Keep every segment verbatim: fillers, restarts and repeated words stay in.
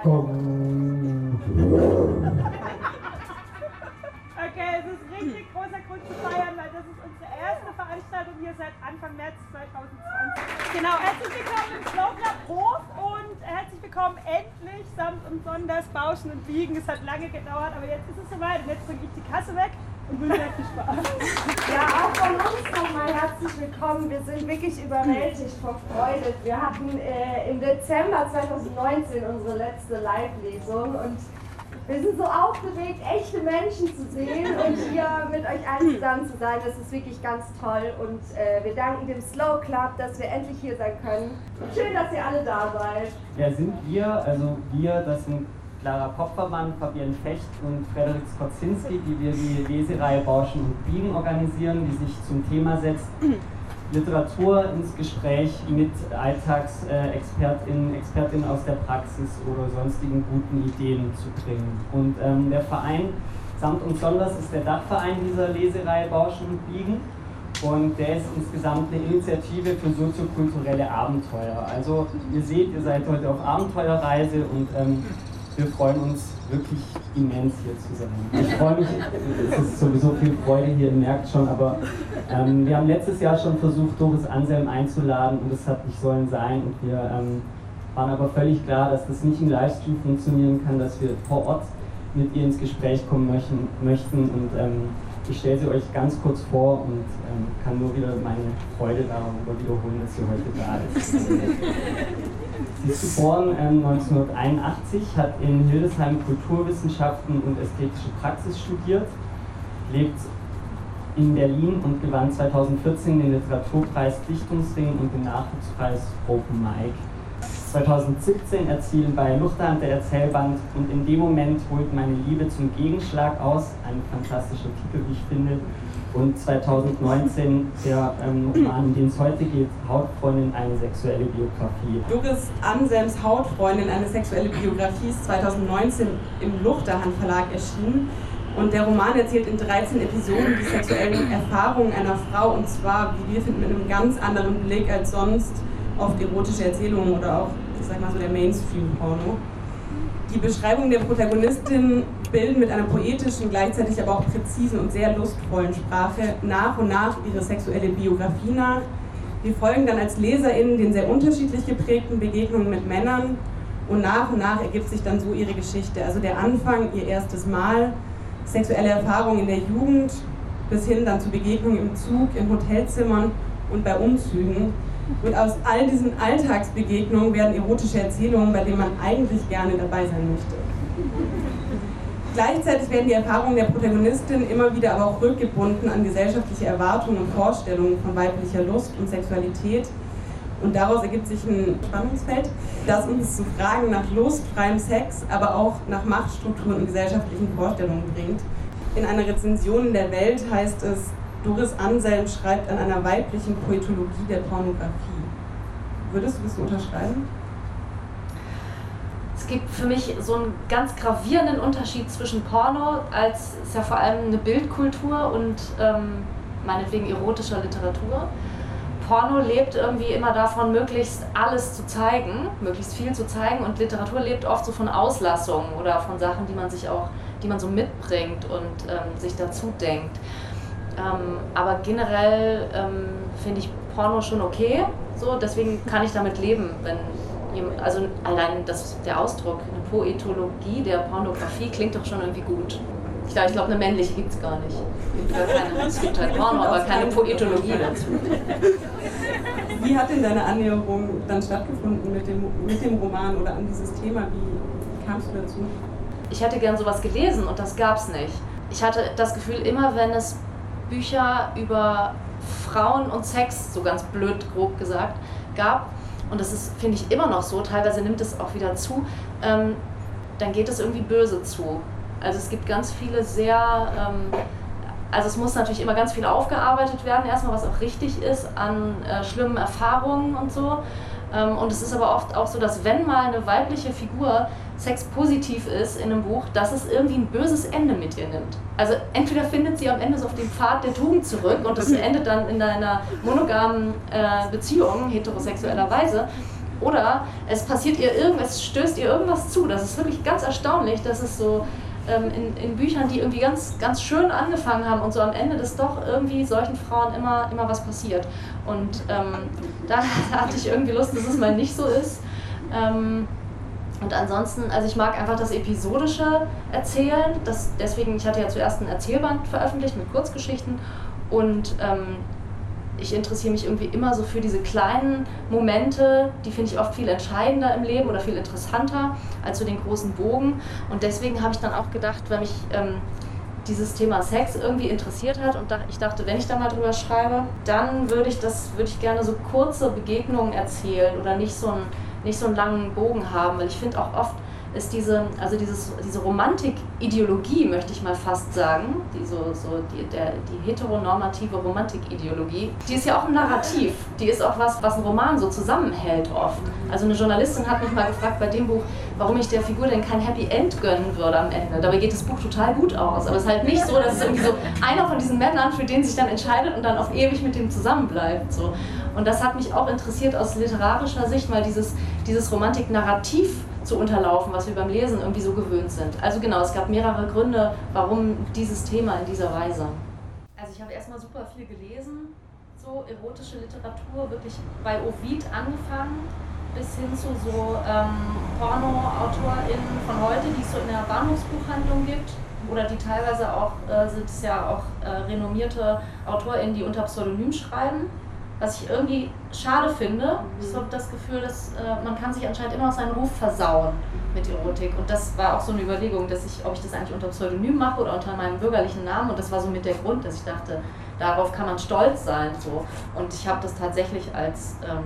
Komm. Okay, es ist richtig großer Grund zu feiern, weil das ist unsere erste Veranstaltung hier seit Anfang März zwanzig zwanzig. Genau, herzlich willkommen im Slow Club Hof und herzlich willkommen endlich samt und sonders Bauschen und Biegen. Es hat lange gedauert, aber jetzt ist es soweit und jetzt bringe ich die Kasse weg und wünsche euch viel Spaß. Ja, auch von uns nochmal herzlich willkommen. Wir sind wirklich überwältigt vor Freude. Wir hatten äh, im Dezember zwanzig neunzehn unsere letzte Live-Lesung und wir sind so aufgeregt, echte Menschen zu sehen und hier mit euch allen zusammen zu sein. Das ist wirklich ganz toll und äh, wir danken dem Slow Club, dass wir endlich hier sein können. Schön, dass ihr alle da seid. Wer sind wir? Also wir, das sind Clara Popfermann, Fabienne Fecht und Frederik Skoczynski, die wir die Lesereihe Bauschen und Biegen organisieren, die sich zum Thema setzt, Literatur ins Gespräch mit Alltagsexpertinnen, äh, Expertinnen aus der Praxis oder sonstigen guten Ideen zu bringen. Und ähm, der Verein Samt und Sonders ist der Dachverein dieser Lesereihe Bauschen und Biegen und der ist insgesamt eine Initiative für soziokulturelle Abenteuer. Also ihr seht, ihr seid heute auf Abenteuerreise und ähm, wir freuen uns wirklich immens hier zu sein. Ich freue mich, es ist sowieso viel Freude hier, ihr merkt schon, aber ähm, wir haben letztes Jahr schon versucht, Doris Anselm einzuladen und es hat nicht sollen sein und wir ähm, waren aber völlig klar, dass das nicht im Livestream funktionieren kann, dass wir vor Ort mit ihr ins Gespräch kommen möchten, möchten und ähm, ich stelle sie euch ganz kurz vor und ähm, kann nur wieder meine Freude darüber wiederholen, dass sie heute da ist. Sie ist geboren ähm, neunzehnhunderteinundachtzig, hat in Hildesheim Kulturwissenschaften und ästhetische Praxis studiert, lebt in Berlin und gewann zweitausendvierzehn den Literaturpreis Dichtungsring und den Nachwuchspreis Open Mic. zweitausendsiebzehn erzielen bei Luchterhand der Erzählband und in dem Moment holt meine Liebe zum Gegenschlag aus, ein fantastischer Titel, wie ich finde, und zweitausendneunzehn der ähm, Roman, um den es heute geht, Hautfreundin, eine sexuelle Biografie. Doris Anselms Hautfreundin, eine sexuelle Biografie ist zweitausendneunzehn im Luchterhand Verlag erschienen und der Roman erzählt in dreizehn Episoden die sexuellen Erfahrungen einer Frau und zwar, wie wir finden, mit einem ganz anderen Blick als sonst auf erotische Erzählungen oder auch, ich sag mal so, der Mainstream-Porno. Die Beschreibungen der Protagonistin bilden mit einer poetischen, gleichzeitig aber auch präzisen und sehr lustvollen Sprache nach und nach ihre sexuelle Biografie nach. Wir folgen dann als LeserInnen den sehr unterschiedlich geprägten Begegnungen mit Männern und nach und nach ergibt sich dann so ihre Geschichte. Also der Anfang, ihr erstes Mal, sexuelle Erfahrungen in der Jugend, bis hin dann zu Begegnungen im Zug, in Hotelzimmern und bei Umzügen. Und aus all diesen Alltagsbegegnungen werden erotische Erzählungen, bei denen man eigentlich gerne dabei sein möchte. Gleichzeitig werden die Erfahrungen der Protagonistin immer wieder aber auch rückgebunden an gesellschaftliche Erwartungen und Vorstellungen von weiblicher Lust und Sexualität. Und daraus ergibt sich ein Spannungsfeld, das uns zu Fragen nach Lust, freiem Sex, aber auch nach Machtstrukturen und gesellschaftlichen Vorstellungen bringt. In einer Rezension in der Welt heißt es, Doris Anselm schreibt an einer weiblichen Poetologie der Pornografie. Würdest du das so unterschreiben? Es gibt für mich so einen ganz gravierenden Unterschied zwischen Porno, als ist ja vor allem eine Bildkultur und ähm, meinetwegen erotischer Literatur. Porno lebt irgendwie immer davon, möglichst alles zu zeigen, möglichst viel zu zeigen und Literatur lebt oft so von Auslassungen oder von Sachen, die man sich auch, die man so mitbringt und ähm, sich dazu denkt. Ähm, aber generell ähm, finde ich Porno schon okay, so, deswegen kann ich damit leben, wenn jemand, also allein das, der Ausdruck, eine Poetologie der Pornografie klingt doch schon irgendwie gut. Ich glaube, ich glaub, eine männliche gibt es gar nicht. Keine, es gibt halt Porno, aber keine Poetologie dazu. Wie hat denn deine Annäherung dann stattgefunden mit dem, mit dem Roman oder an dieses Thema? Wie kamst du dazu? Ich hätte gern sowas gelesen und das gab es nicht. Ich hatte das Gefühl, immer wenn es Bücher über Frauen und Sex, so ganz blöd, grob gesagt, gab, und das ist, finde ich, immer noch so, teilweise nimmt es auch wieder zu, ähm, dann geht es irgendwie böse zu. Also es gibt ganz viele sehr, ähm, also es muss natürlich immer ganz viel aufgearbeitet werden, erstmal was auch richtig ist an äh, schlimmen Erfahrungen und so. Ähm, und es ist aber oft auch so, dass wenn mal eine weibliche Figur sexpositiv ist in einem Buch, dass es irgendwie ein böses Ende mit ihr nimmt. Also entweder findet sie am Ende so auf den Pfad der Tugend zurück und das endet dann in einer monogamen äh, Beziehung, heterosexuellerweise, Oder es passiert ihr irgendwas, stößt ihr irgendwas zu. Das ist wirklich ganz erstaunlich, dass es so ähm, in, in Büchern, die irgendwie ganz, ganz schön angefangen haben und so am Ende, dass doch irgendwie solchen Frauen immer, immer was passiert. Und ähm, da hatte ich irgendwie Lust, dass es mal nicht so ist. Ähm, und ansonsten, also ich mag einfach das episodische Erzählen. Das, deswegen, ich hatte ja zuerst ein Erzählband veröffentlicht mit Kurzgeschichten und ähm, ich interessiere mich irgendwie immer so für diese kleinen Momente, die finde ich oft viel entscheidender im Leben oder viel interessanter als so den großen Bogen. Und deswegen habe ich dann auch gedacht, wenn mich ähm, dieses Thema Sex irgendwie interessiert hat und ich dachte, wenn ich da mal drüber schreibe, dann würde ich das, würde ich gerne so kurze Begegnungen erzählen oder nicht so, ein, nicht so einen langen Bogen haben, weil ich finde auch oft ist diese, also dieses, diese Romantik-Ideologie, möchte ich mal fast sagen, die, so, so die, der, die heteronormative Romantik-Ideologie, die ist ja auch ein Narrativ, die ist auch was, was ein Roman so zusammenhält oft. Also eine Journalistin hat mich mal gefragt bei dem Buch, warum ich der Figur denn kein Happy End gönnen würde am Ende. Dabei geht das Buch total gut aus, aber es ist halt nicht so, dass es irgendwie so einer von diesen Männern, für den sich dann entscheidet und dann auf ewig mit dem zusammenbleibt. So. Und das hat mich auch interessiert aus literarischer Sicht, mal dieses, dieses Romantik-Narrativ zu unterlaufen, was wir beim Lesen irgendwie so gewöhnt sind. Also genau, es gab mehrere Gründe, warum dieses Thema in dieser Weise. Also ich habe erstmal super viel gelesen, so erotische Literatur, wirklich bei Ovid angefangen, bis hin zu so ähm, Porno-AutorInnen von heute, die es so in der Bahnhofsbuchhandlung gibt. Oder die teilweise auch, äh, sind es ja auch äh, renommierte AutorInnen, die unter Pseudonym schreiben. Was ich irgendwie schade finde. Ich habe das Gefühl, dass äh, man kann sich anscheinend immer noch seinen Ruf versauen mit Erotik. Und das war auch so eine Überlegung, dass ich, ob ich das eigentlich unter Pseudonym mache oder unter meinem bürgerlichen Namen. Und das war so mit der Grund, dass ich dachte, darauf kann man stolz sein. So. Und ich habe das tatsächlich als ähm,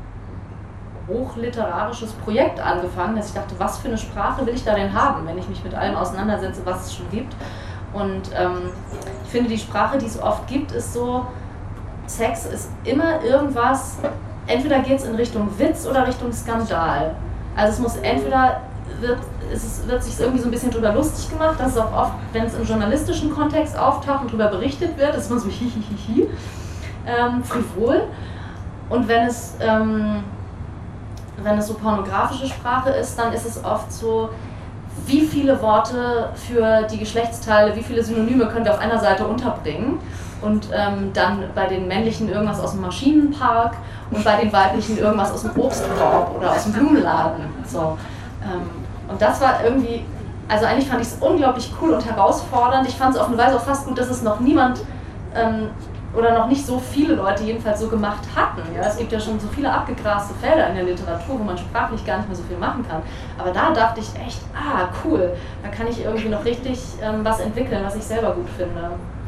hochliterarisches Projekt angefangen, dass ich dachte, was für eine Sprache will ich da denn haben, wenn ich mich mit allem auseinandersetze, was es schon gibt. Und ähm, ich finde, die Sprache, die es oft gibt, ist so, Sex ist immer irgendwas, entweder geht es in Richtung Witz oder Richtung Skandal. Also es muss entweder, wird, es wird sich irgendwie so ein bisschen drüber lustig gemacht, das ist auch oft, wenn es im journalistischen Kontext auftaucht und drüber berichtet wird, ist man so hihihihi, ähm, frivol. Und wenn es, ähm, wenn es so pornografische Sprache ist, dann ist es oft so, wie viele Worte für die Geschlechtsteile, wie viele Synonyme können wir auf einer Seite unterbringen. Und ähm, dann bei den männlichen irgendwas aus dem Maschinenpark und bei den weiblichen irgendwas aus dem Obstkorb oder aus dem Blumenladen. So. Ähm, und das war irgendwie, also eigentlich fand ich es unglaublich cool und herausfordernd. Ich fand es auf eine Weise auch fast gut, dass es noch niemand ähm, oder noch nicht so viele Leute jedenfalls so gemacht hatten. Ja? Es gibt ja schon so viele abgegraste Felder in der Literatur, wo man sprachlich gar nicht mehr so viel machen kann. Aber da dachte ich echt, ah cool, da kann ich irgendwie noch richtig ähm, was entwickeln, was ich selber gut finde.